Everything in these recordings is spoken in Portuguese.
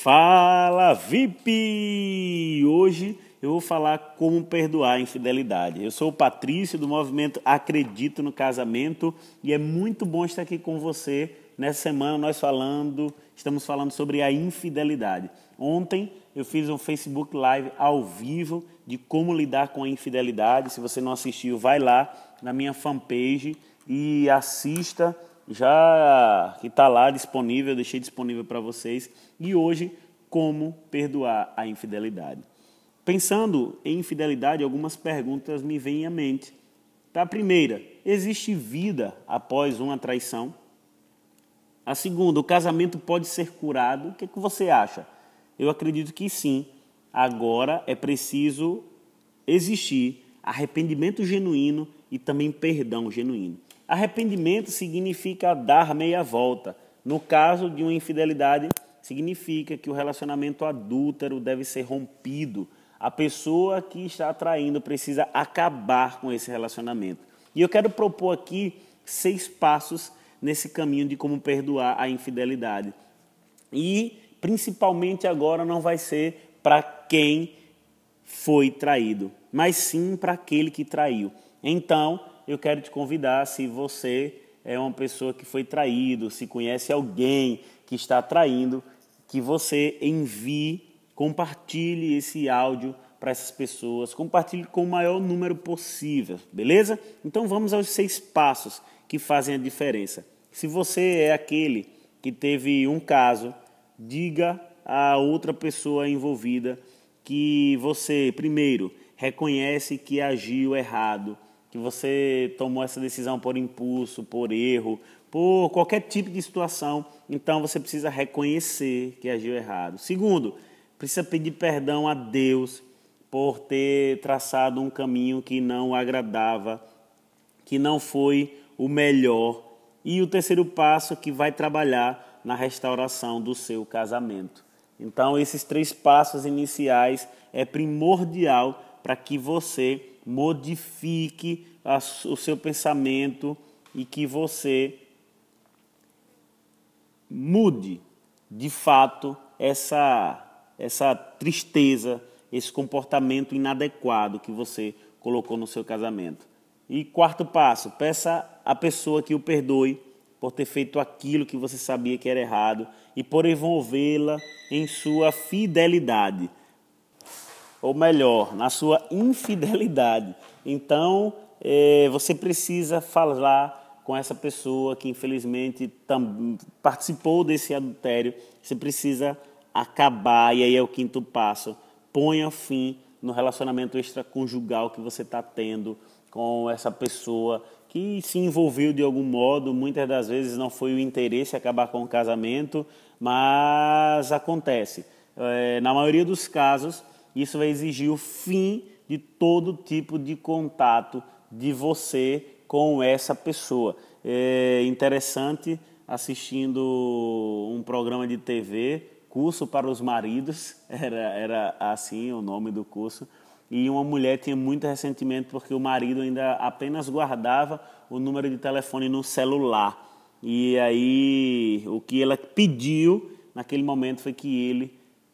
Fala, VIP! Hoje eu vou falar como perdoar a infidelidade. Eu sou o Patrício do movimento Acredito no Casamento e é muito bom estar aqui com você. Nessa semana estamos falando sobre a infidelidade. Ontem eu fiz um Facebook Live ao vivo de como lidar com a infidelidade. Se você não assistiu, vai lá na minha fanpage e assista. Já que está lá disponível, eu deixei disponível para vocês. E hoje, como perdoar a infidelidade. Pensando em infidelidade, algumas perguntas me vêm à mente. A primeira, existe vida após uma traição? A segunda, o casamento pode ser curado? O que você acha? Eu acredito que sim. Agora é preciso existir arrependimento genuíno e também perdão genuíno. Arrependimento significa dar meia volta. No caso de uma infidelidade, significa que o relacionamento adúltero deve ser rompido. A pessoa que está traindo precisa acabar com esse relacionamento. E eu quero propor aqui 6 passos nesse caminho de como perdoar a infidelidade. E, principalmente agora, não vai ser para quem foi traído, mas sim para aquele que traiu. Então, eu quero te convidar, se você é uma pessoa que foi traído, se conhece alguém que está traindo, que você compartilhe esse áudio para essas pessoas, compartilhe com o maior número possível, beleza? Então vamos aos 6 passos que fazem a diferença. Se você é aquele que teve um caso, diga a outra pessoa envolvida que você, primeiro, reconhece que agiu errado, que você tomou essa decisão por impulso, por erro, por qualquer tipo de situação. Então você precisa reconhecer que agiu errado. Segundo, precisa pedir perdão a Deus por ter traçado um caminho que não agradava, que não foi o melhor. E o terceiro passo, que vai trabalhar na restauração do seu casamento. Então esses 3 passos iniciais é primordial para que você modifique o seu pensamento e que você mude, de fato, essa tristeza, esse comportamento inadequado que você colocou no seu casamento. E 4º passo, peça à pessoa que o perdoe por ter feito aquilo que você sabia que era errado e por envolvê-la em sua fidelidade. Ou melhor, na sua infidelidade. Então, você precisa falar com essa pessoa que infelizmente participou desse adultério. Você precisa acabar, e aí é o 5º passo. Ponha fim no relacionamento extraconjugal que você está tendo com essa pessoa que se envolveu de algum modo. Muitas das vezes não foi o interesse acabar com o casamento, mas acontece. Na maioria dos casos, isso vai exigir o fim de todo tipo de contato de você com essa pessoa. É interessante, assistindo um programa de TV, Curso para os Maridos, era assim o nome do curso, e uma mulher tinha muito ressentimento porque o marido ainda apenas guardava o número de telefone no celular. E aí o que ela pediu naquele momento foi que ele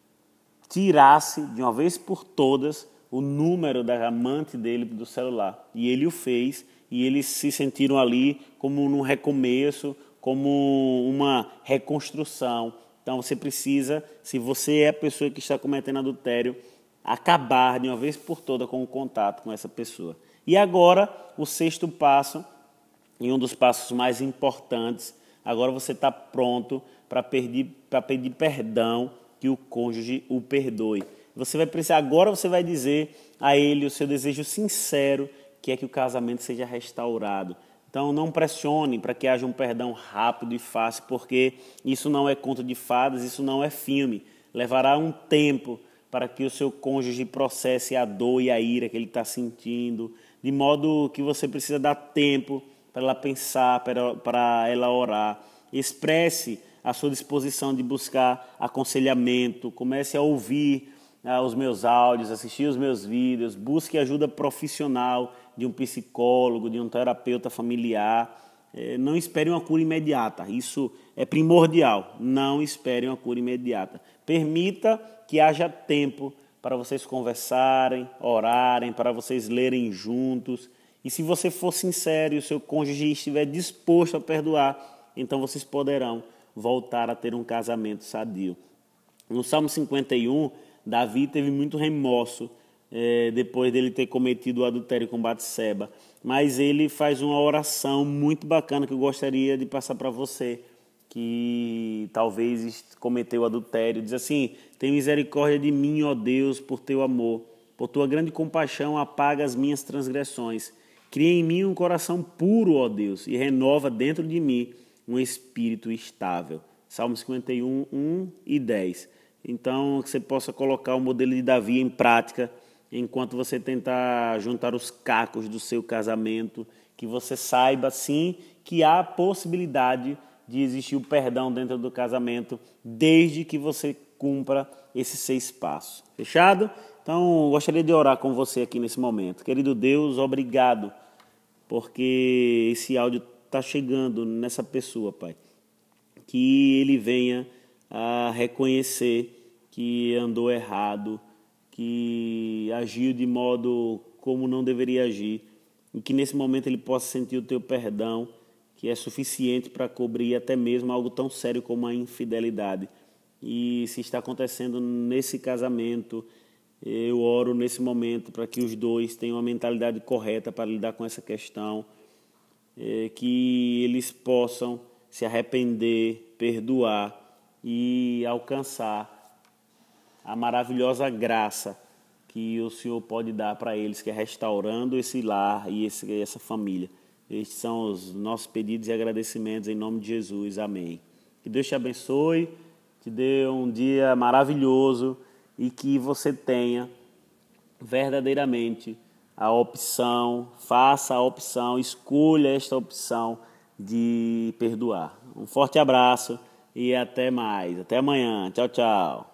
tirasse de uma vez por todas o número da amante dele do celular. E ele o fez, e eles se sentiram ali como num recomeço, como uma reconstrução. Então você precisa, se você é a pessoa que está cometendo adultério, acabar de uma vez por todas com o contato com essa pessoa. E agora, o 6º passo, e um dos passos mais importantes, agora você está pronto para pedir perdão, que o cônjuge o perdoe. Agora você vai dizer a ele o seu desejo sincero, que é que o casamento seja restaurado. Então não pressione para que haja um perdão rápido e fácil, porque isso não é conto de fadas, isso não é filme. Levará um tempo para que o seu cônjuge processe a dor e a ira que ele está sentindo, de modo que você precisa dar tempo para ela pensar, para ela orar. Expresse a sua disposição de buscar aconselhamento, comece a ouvir os meus áudios, assistir os meus vídeos, busque ajuda profissional de um psicólogo, de um terapeuta familiar. Não espere uma cura imediata, isso é primordial. Não espere uma cura imediata. Permita que haja tempo para vocês conversarem, orarem, para vocês lerem juntos. E se você for sincero e o seu cônjuge estiver disposto a perdoar, então vocês poderão voltar a ter um casamento sadio. No Salmo 51, Davi teve muito remorso depois dele ter cometido o adultério com Batseba. Mas ele faz uma oração muito bacana que eu gostaria de passar para você, que talvez cometeu adultério. Diz assim: tem misericórdia de mim, ó Deus, por teu amor. Por tua grande compaixão apaga as minhas transgressões. Cria em mim um coração puro, ó Deus, e renova dentro de mim um espírito estável. Salmo 51, 1 e 10. Então, que você possa colocar o modelo de Davi em prática, enquanto você tentar juntar os cacos do seu casamento, que você saiba, sim, que há a possibilidade de existir o perdão dentro do casamento, desde que você cumpra esses 6 passos. Fechado? Então, gostaria de orar com você aqui nesse momento. Querido Deus, obrigado, porque esse áudio está chegando nessa pessoa, Pai. Que ele venha a reconhecer que andou errado, que agiu de modo como não deveria agir, e que nesse momento ele possa sentir o teu perdão, que é suficiente para cobrir até mesmo algo tão sério como a infidelidade. E se está acontecendo nesse casamento, eu oro nesse momento para que os dois tenham a mentalidade correta para lidar com essa questão, que eles possam se arrepender, perdoar e alcançar a maravilhosa graça que o Senhor pode dar para eles, que é restaurando esse lar e essa família. Estes são os nossos pedidos e agradecimentos em nome de Jesus. Amém. Que Deus te abençoe, te dê um dia maravilhoso e que você tenha verdadeiramente a opção, faça a opção, escolha esta opção de perdoar. Um forte abraço e até mais. Até amanhã. Tchau, tchau.